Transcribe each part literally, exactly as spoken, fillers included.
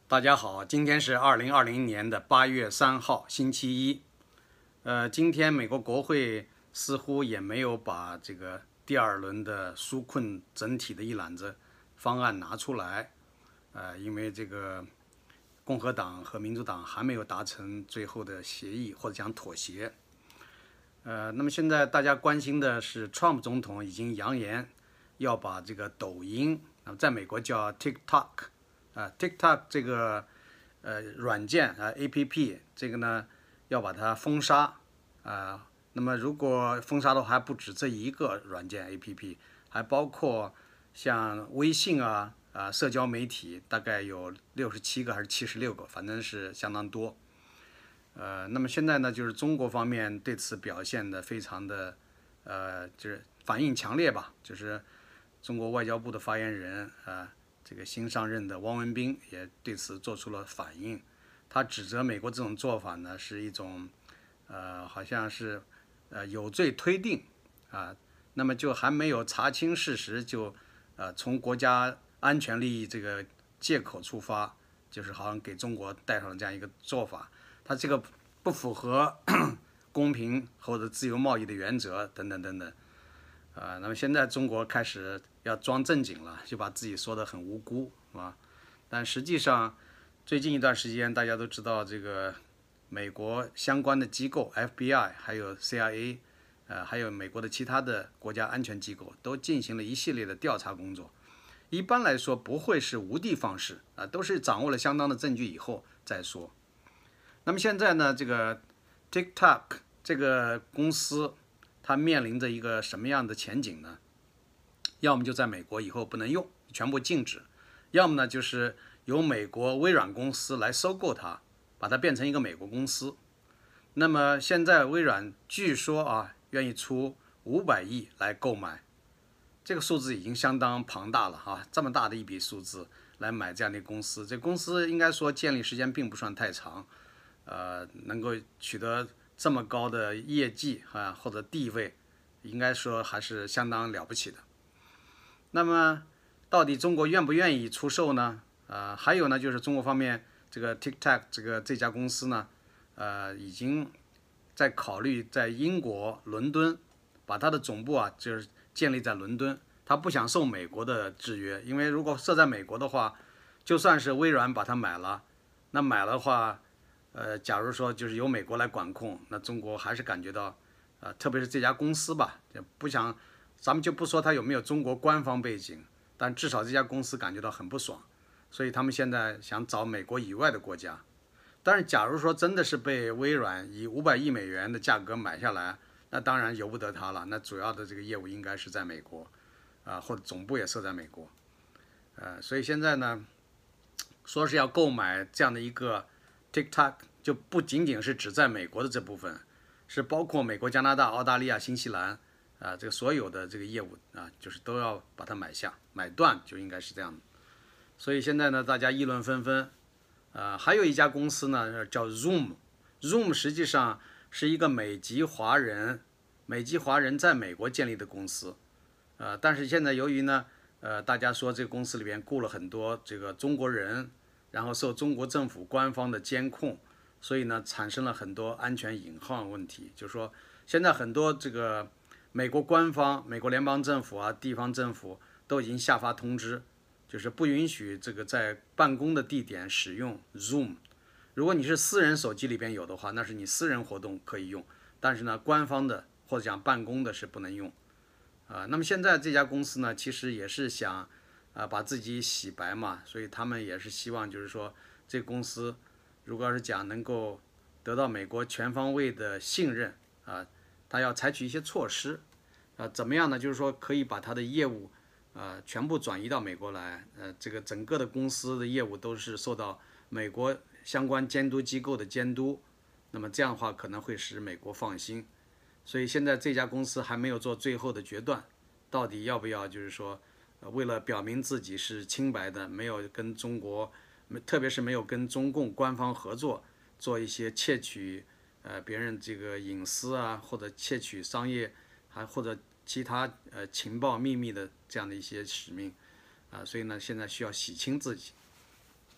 大家好，今天是二零二零年的八月三号，星期一。呃，今天美国国会似乎也没有把这个第二轮的纾困整体的一揽子方案拿出来，呃，因为这个共和党和民主党还没有达成最后的协议或者讲妥协。呃，那么现在大家关心的是，Trump 总统已经扬言要把这个抖音，那么在美国叫 TikTok。啊 ，TikTok 这个呃软件啊 A P P 这个呢要把它封杀啊。那么如果封杀的话，还不止这一个软件 A P P， 还包括像微信啊啊社交媒体，大概有六十七个还是七十六个，反正是相当多。呃，那么现在呢，就是中国方面对此表现的非常的呃，就是反应强烈吧，就是中国外交部的发言人啊。这个新上任的汪文斌也对此做出了反应，他指责美国这种做法呢是一种，呃，好像是呃有罪推定啊，那么就还没有查清事实就，呃从国家安全利益这个借口出发，就是好像给中国带上了这样一个做法，他这个不符合公平或者自由贸易的原则等等等等。啊，那么现在中国开始要装正经了，就把自己说得很无辜，是吧？但实际上，最近一段时间，大家都知道，这个美国相关的机构 F B I 还有 C I A， 呃，还有美国的其他的国家安全机构都进行了一系列的调查工作。一般来说，不会是无的放矢啊，都是掌握了相当的证据以后再说。那么现在呢，这个 TikTok 这个公司。它面临着一个什么样的前景呢？要么就在美国以后不能用，全部禁止；要么呢就是由美国微软公司来收购它，把它变成一个美国公司。那么现在微软据说啊愿意出五百亿来购买，这个数字已经相当庞大了哈，这么大的一笔数字来买这样的公司，这公司应该说建立时间并不算太长，呃，能够取得这么高的业绩啊或者地位，应该说还是相当了不起的。那么，到底中国愿不愿意出售呢？呃，还有呢，就是中国方面这个 TikTok 这个这家公司呢，呃，已经在考虑在英国伦敦把它的总部啊，就是建立在伦敦。他不想受美国的制约，因为如果设在美国的话，就算是微软把它买了，那买了的话。呃，假如说就是由美国来管控，那中国还是感觉到，呃，特别是这家公司吧，不想，咱们就不说它有没有中国官方背景，但至少这家公司感觉到很不爽，所以他们现在想找美国以外的国家。但是，假如说真的是被微软以五百亿美元的价格买下来，那当然由不得它了。那主要的这个业务应该是在美国，啊、呃，或者总部也设在美国，呃，所以现在呢，说是要购买这样的一个。TikTok 就不仅仅是只在美国的这部分，是包括美国、加拿大、澳大利亚、新西兰啊，这个所有的这个业务啊，就是都要把它买下、买断，就应该是这样的。所以现在呢，大家议论纷纷。啊，还有一家公司呢，叫 Zoom，Zoom 实际上是一个美籍华人、美籍华人在美国建立的公司。呃，但是现在由于呢，呃，大家说这个公司里边雇了很多这个中国人。然后受中国政府官方的监控，所以呢产生了很多安全隐患问题。就是说，现在很多这个美国官方、美国联邦政府啊、地方政府都已经下发通知，就是不允许这个在办公的地点使用 Zoom。如果你是私人手机里边有的话，那是你私人活动可以用，但是呢，官方的或者讲办公的是不能用。啊，那么现在这家公司呢，其实也是想。啊，把自己洗白嘛，所以他们也是希望，就是说，这个公司如果要是讲能够得到美国全方位的信任啊，他要采取一些措施，啊，怎么样呢？就是说可以把他的业务啊全部转移到美国来，呃，这个整个的公司的业务都是受到美国相关监督机构的监督，那么这样的话可能会使美国放心，所以现在这家公司还没有做最后的决断，到底要不要就是说。为了表明自己是清白的，没有跟中国，特别是没有跟中共官方合作，做一些窃取呃别人这个隐私啊，或者窃取商业，还或者其他呃情报秘密的这样的一些使命啊，所以呢，现在需要洗清自己。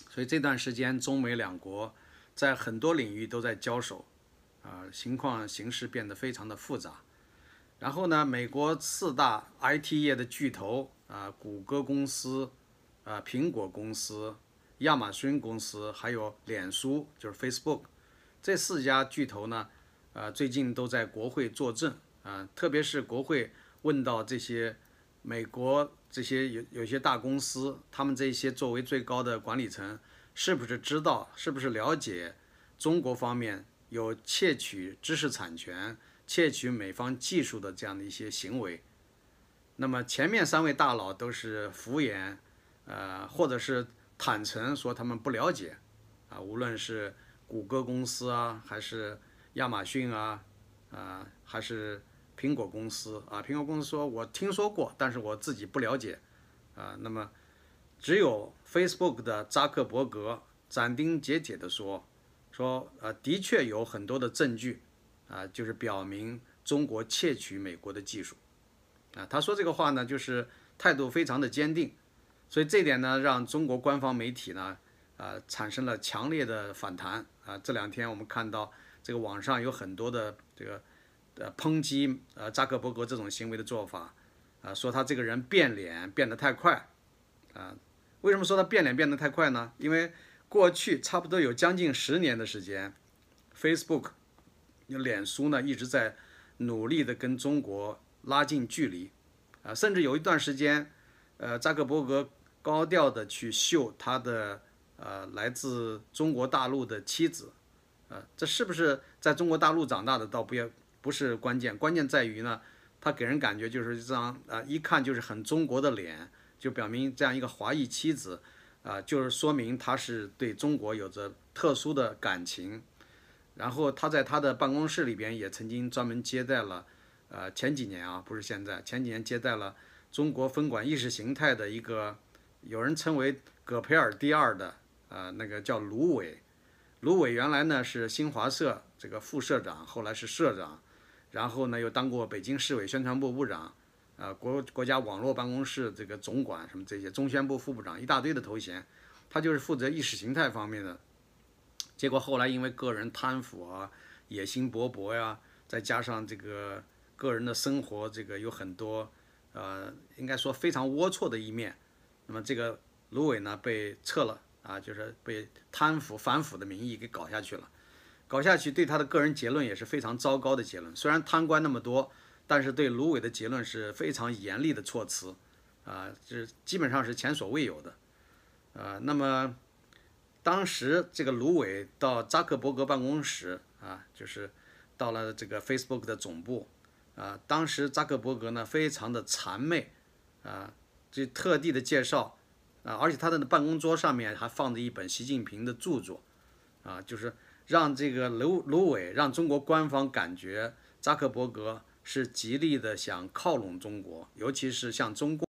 所以这段时间中美两国在很多领域都在交手，啊、情况形势变得非常的复杂。然后呢，美国四大 I T 业的巨头啊、谷歌公司、啊、苹果公司、亚马逊公司，还有脸书，就是 Facebook， 这四家巨头呢，呃，最近都在国会作证啊、特别是国会问到这些美国这些有有些大公司，他们这些作为最高的管理层，是不是知道，是不是了解中国方面有窃取知识产权、窃取美方技术的这样的一些行为？那么前面三位大佬都是敷衍，呃，或者是坦诚说他们不了解，啊，无论是谷歌公司啊，还是亚马逊啊，啊，还是苹果公司啊，苹果公司说我听说过，但是我自己不了解，啊，那么只有 Facebook 的扎克伯格斩钉截铁地说，说呃，的确有很多的证据，啊，就是表明中国窃取美国的技术。啊，他说这个话呢，就是态度非常的坚定，所以这点呢，让中国官方媒体呢，呃，产生了强烈的反弹。啊，这两天我们看到这个网上有很多的这个呃抨击呃扎克伯格这种行为的做法，啊，说他这个人变脸变得太快。啊，为什么说他变脸变得太快呢？因为过去差不多有将近十年的时间，Facebook 脸书呢一直在努力的跟中国拉近距离，啊，甚至有一段时间，呃，扎克伯格高调的去秀他的呃来自中国大陆的妻子，啊，这是不是在中国大陆长大的倒不要不是关键，关键在于呢，他给人感觉就是这张啊，一看就是很中国的脸，就表明这样一个华裔妻子，啊，就是说明他是对中国有着特殊的感情。然后他在他的办公室里边也曾经专门接待了。呃，前几年啊，不是现在，前几年接待了中国分管意识形态的一个，有人称为葛培尔第二的，呃，那个叫卢伟。卢伟原来呢是新华社这个副社长，后来是社长，然后呢又当过北京市委宣传部部长，呃，国国家网络办公室这个总管什么这些，中宣部副部长，一大堆的头衔，他就是负责意识形态方面的。结果后来因为个人贪腐啊、野心勃勃呀，再加上这个个人的生活这个有很多，呃，应该说非常龌龊的一面。那么这个卢伟呢被撤了啊，就是被贪腐反腐的名义给搞下去了。搞下去对他的个人结论也是非常糟糕的结论。虽然贪官那么多，但是对卢伟的结论是非常严厉的措辞，啊，这基本上是前所未有的。呃，那么当时这个卢伟到扎克伯格办公室啊，就是到了这个 Facebook 的总部。啊，当时扎克伯格呢非常的谄媚，啊，就特地的介绍，啊，而且他的办公桌上面还放着一本习近平的著作，啊，就是让这个卢卢伟让中国官方感觉扎克伯格是极力的想靠拢中国，尤其是向中共。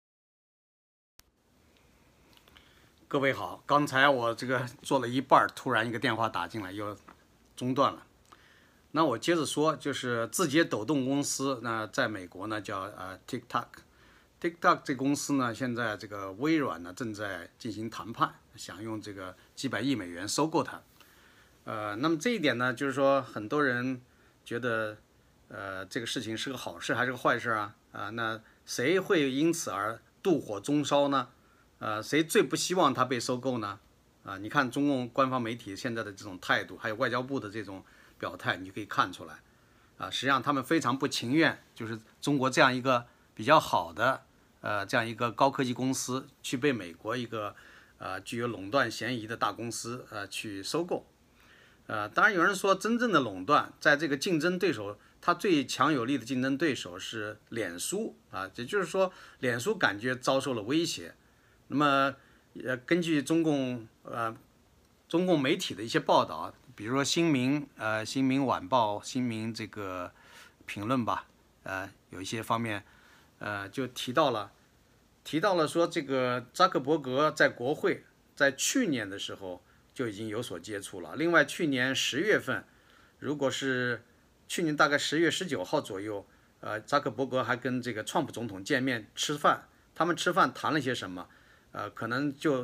各位好，刚才我这个做了一半，突然一个电话打进来，又中断了。那我接着说，就是字节抖动公司，那在美国呢叫呃 TikTok，TikTok 这公司呢，现在这个微软呢正在进行谈判，想用这个几百亿美元收购它。呃，那么这一点呢，就是说很多人觉得，呃，这个事情是个好事还是个坏事啊？啊，那谁会因此而妒火中烧呢？呃，谁最不希望它被收购呢？啊，你看中共官方媒体现在的这种态度，还有外交部的这种表态，你就可以看出来，啊，实际上他们非常不情愿，就是中国这样一个比较好的，呃，这样一个高科技公司去被美国一个，呃，具有垄断嫌疑的大公司，呃，去收购。呃，当然有人说，真正的垄断，在这个竞争对手，它最强有力的竞争对手是脸书啊，也就是说，脸书感觉遭受了威胁。那么，呃，根据中共呃中共媒体的一些报道，比如说新民呃新民晚报、新民这个评论吧，呃，有一些方面，呃，就提到了提到了说，这个扎克伯格在国会在去年的时候就已经有所接触了。另外，去年十月份，如果是去年大概十月十九号左右，呃，扎克伯格还跟这个川普总统见面吃饭，他们吃饭谈了些什么？呃，可能就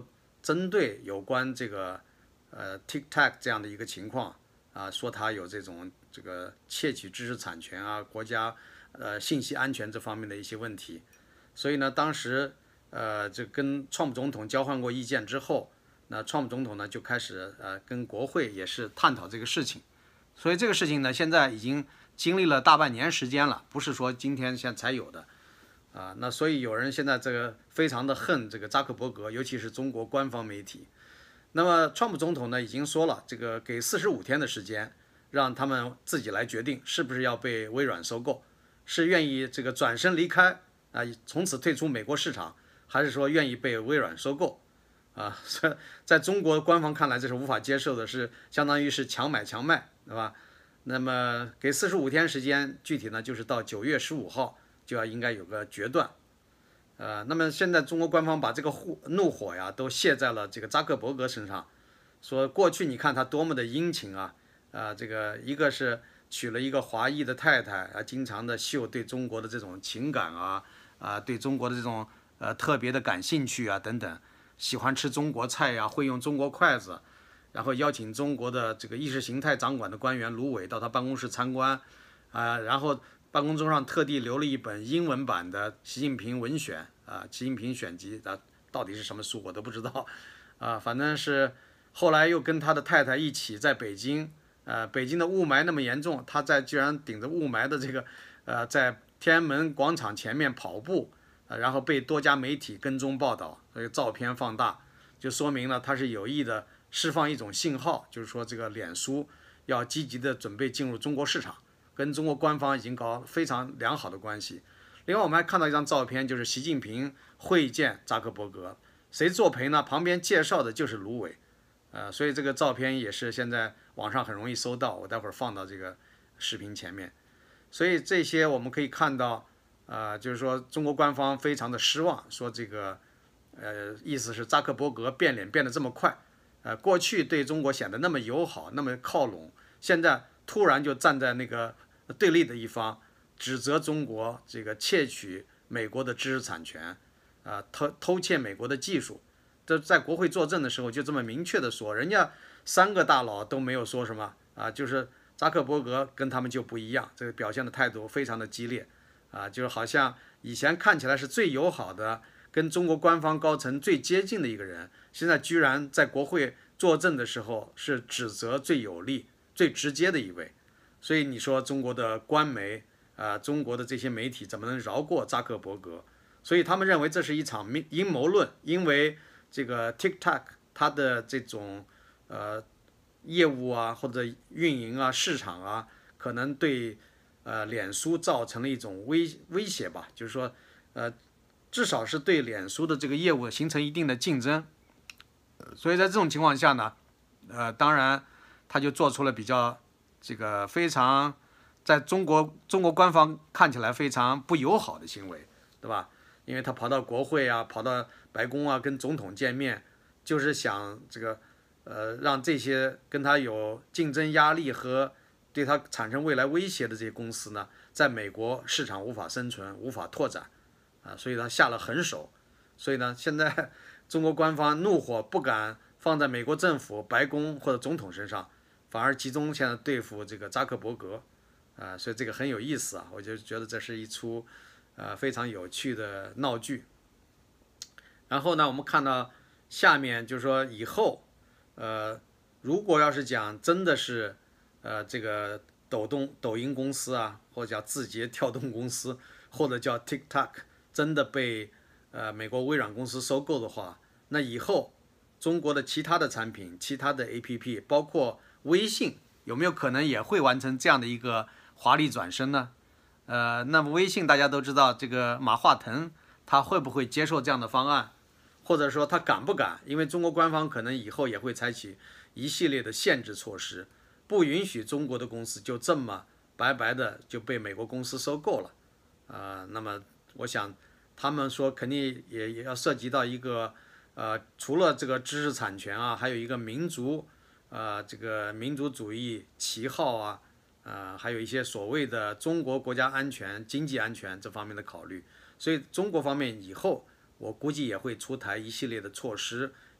针对有关这个呃 TikTok 这样的一个情况啊，说它有这种这个窃取知识产权啊，国家呃信息安全这方面的一些问题。所以呢，当时呃就跟川普总统交换过意见之后，那川普总统呢就开始呃跟国会也是探讨这个事情。所以这个事情呢，现在已经经历了大半年时间了，不是说今天现在才有的啊。那所以有人现在这个非常的恨这个扎克伯格，尤其是中国官方媒体。那么川普总统呢已经说了，这个给四十五天的时间，让他们自己来决定是不是要被微软收购，是愿意这个转身离开啊，从此退出美国市场，还是说愿意被微软收购啊？在中国官方看来，这是无法接受的，是相当于是强买强卖，对吧？那么给四十五天时间，具体呢就是到九月十五号就要应该有个决断。呃，那么现在中国官方把这个怒火呀都泄在了这个扎克伯格身上，说过去你看他多么的殷勤啊，啊、呃，这个一个是娶了一个华裔的太太啊，经常的秀对中国的这种情感啊，啊、呃，对中国的这种呃特别的感兴趣啊等等，喜欢吃中国菜呀，会用中国筷子，然后邀请中国的这个意识形态掌管的官员卢伟到他办公室参观，啊、呃，然后办公桌上特地留了一本英文版的《习近平文选》啊，《习近平选集》啊，到底是什么书我都不知道，啊，反正是后来又跟他的太太一起在北京，呃，北京的雾霾那么严重，他在居然顶着雾霾的这个，呃，在天安门广场前面跑步，呃，然后被多家媒体跟踪报道，所以照片放大，就说明了他是有意的释放一种信号，就是说这个脸书要积极的准备进入中国市场。跟中国官方已经搞非常良好的关系。另外，我们还看到一张照片，就是习近平会见扎克伯格，谁作陪呢？旁边介绍的就是卢伟，呃，所以这个照片也是现在网上很容易搜到，我待会儿放到这个视频前面。所以这些我们可以看到，呃，就是说中国官方非常的失望，说这个，呃，意思是扎克伯格变脸变得这么快，呃，过去对中国显得那么友好，那么靠拢，现在突然就站在那个对立的一方，指责中国这个窃取美国的知识产权，啊，偷偷窃美国的技术。这在国会作证的时候就这么明确的说，人家三个大佬都没有说什么啊，就是扎克伯格跟他们就不一样，这个表现的态度非常的激烈，啊，就是好像以前看起来是最友好的，跟中国官方高层最接近的一个人，现在居然在国会作证的时候是指责最有力、最直接的一位。所以你说中国的官媒啊、呃，中国的这些媒体怎么能饶过扎克伯格？所以他们认为这是一场阴谋论，因为这个 TikTok 它的这种呃业务啊或者运营啊市场啊，可能对呃脸书造成了一种威威胁吧，就是说呃至少是对脸书的这个业务形成一定的竞争。所以在这种情况下呢，呃当然他就做出了比较。这个非常在中国中国官方看起来非常不友好的行为，对吧？因为他跑到国会啊，跑到白宫啊，跟总统见面，就是想这个呃让这些跟他有竞争压力和对他产生未来威胁的这些公司呢，在美国市场无法生存、无法拓展啊，所以他下了狠手。所以呢，现在中国官方怒火不敢放在美国政府、白宫或者总统身上。反而集中现在对付这个扎克伯格，啊、呃，所以这个很有意思啊，我就觉得这是一出，呃，非常有趣的闹剧。然后呢，我们看到下面就是说以后，呃，如果要是讲真的是，呃，这个抖动抖音公司啊，或者叫字节跳动公司，或者叫 TikTok 真的被呃美国微软公司收购的话，那以后中国的其他的产品、其他的 A P P， 包括微信有没有可能也会完成这样的一个华丽转身呢？呃，那么微信大家都知道，这个马化腾他会不会接受这样的方案，或者说他敢不敢？因为中国官方可能以后也会采取一系列的限制措施，不允许中国的公司就这么白白的就被美国公司收购了。呃，那么我想他们说肯定也也要涉及到一个呃，除了这个知识产权啊，还有一个民族。呃，这个民族主义旗号啊，呃，还有一些所谓的中国国家安全、经济安全这方面的考虑，所以中国方面以后我估计也会出台一系列的措施，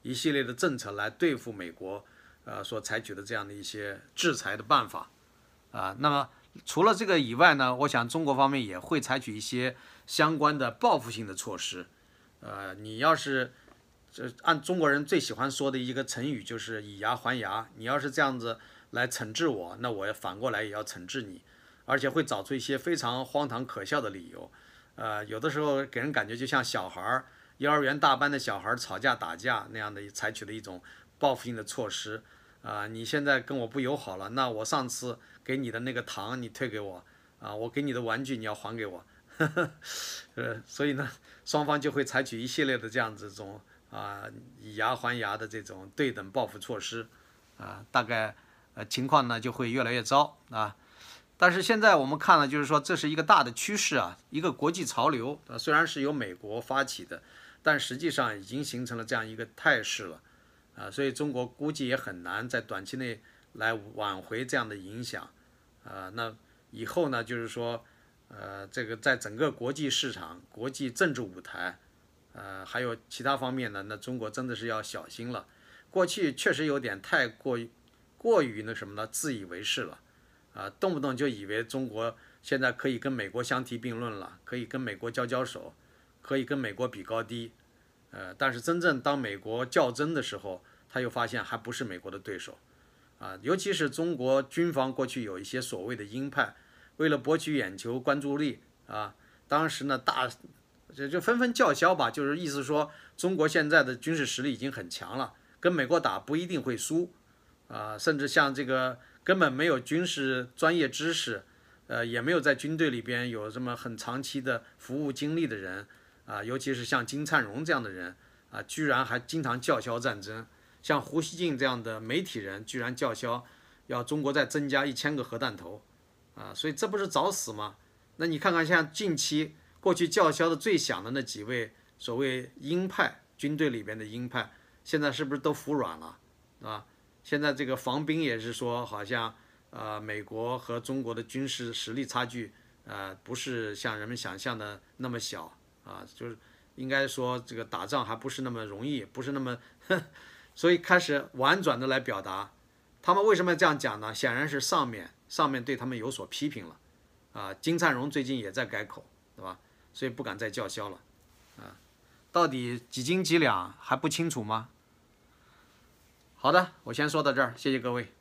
一系列的政策来对付美国，呃所采取的这样的一些制裁的办法，啊，那么除了这个以外呢，我想中国方面也会采取一些相关的报复性的措施，呃，你要是这按中国人最喜欢说的一个成语就是以牙还牙，你要是这样子来惩治我，那我反过来也要惩治你，而且会找出一些非常荒唐可笑的理由，呃，有的时候给人感觉就像小孩儿，幼儿园大班的小孩吵架打架那样的采取的一种报复性的措施，啊、呃，你现在跟我不友好了，那我上次给你的那个糖你退给我，啊、呃，我给你的玩具你要还给我，呵呵，呃，所以呢，双方就会采取一系列的这样子这种。啊，以牙还牙的这种对等报复措施，啊，大概呃情况呢就会越来越糟啊。但是现在我们看了，就是说这是一个大的趋势啊，一个国际潮流啊，虽然是由美国发起的，但实际上已经形成了这样一个态势了啊，所以中国估计也很难在短期内来挽回这样的影响啊。那以后呢，就是说呃，这个在整个国际市场、国际政治舞台。呃，还有其他方面呢，那中国真的是要小心了。过去确实有点太过于过于那什么呢，自以为是了，啊，动不动就以为中国现在可以跟美国相提并论了，可以跟美国交交手，可以跟美国比高低，呃，但是真正当美国较真的时候，他又发现还不是美国的对手，啊，尤其是中国军方过去有一些所谓的鹰派，为了博取眼球关注力啊，当时呢大。这就纷纷叫嚣吧，就是意思说中国现在的军事实力已经很强了，跟美国打不一定会输，啊、呃，甚至像这个根本没有军事专业知识，呃，也没有在军队里边有这么很长期的服务经历的人，啊、呃，尤其是像金灿荣这样的人，啊、呃，居然还经常叫嚣战争，像胡锡进这样的媒体人居然叫嚣要中国再增加一千个核弹头，啊、呃，所以这不是找死吗？那你看看像近期。过去叫嚣的最响的那几位所谓鹰派军队里边的鹰派，现在是不是都服软了，啊？现在这个防兵也是说，好像呃美国和中国的军事实力差距，呃不是像人们想象的那么小啊，就是应该说这个打仗还不是那么容易，不是那么，所以开始婉转的来表达，他们为什么要这样讲呢？显然是上面上面对他们有所批评了，啊，金灿荣最近也在改口，对吧？所以不敢再叫嚣了，啊，到底几斤几两还不清楚吗？好的，我先说到这儿，谢谢各位。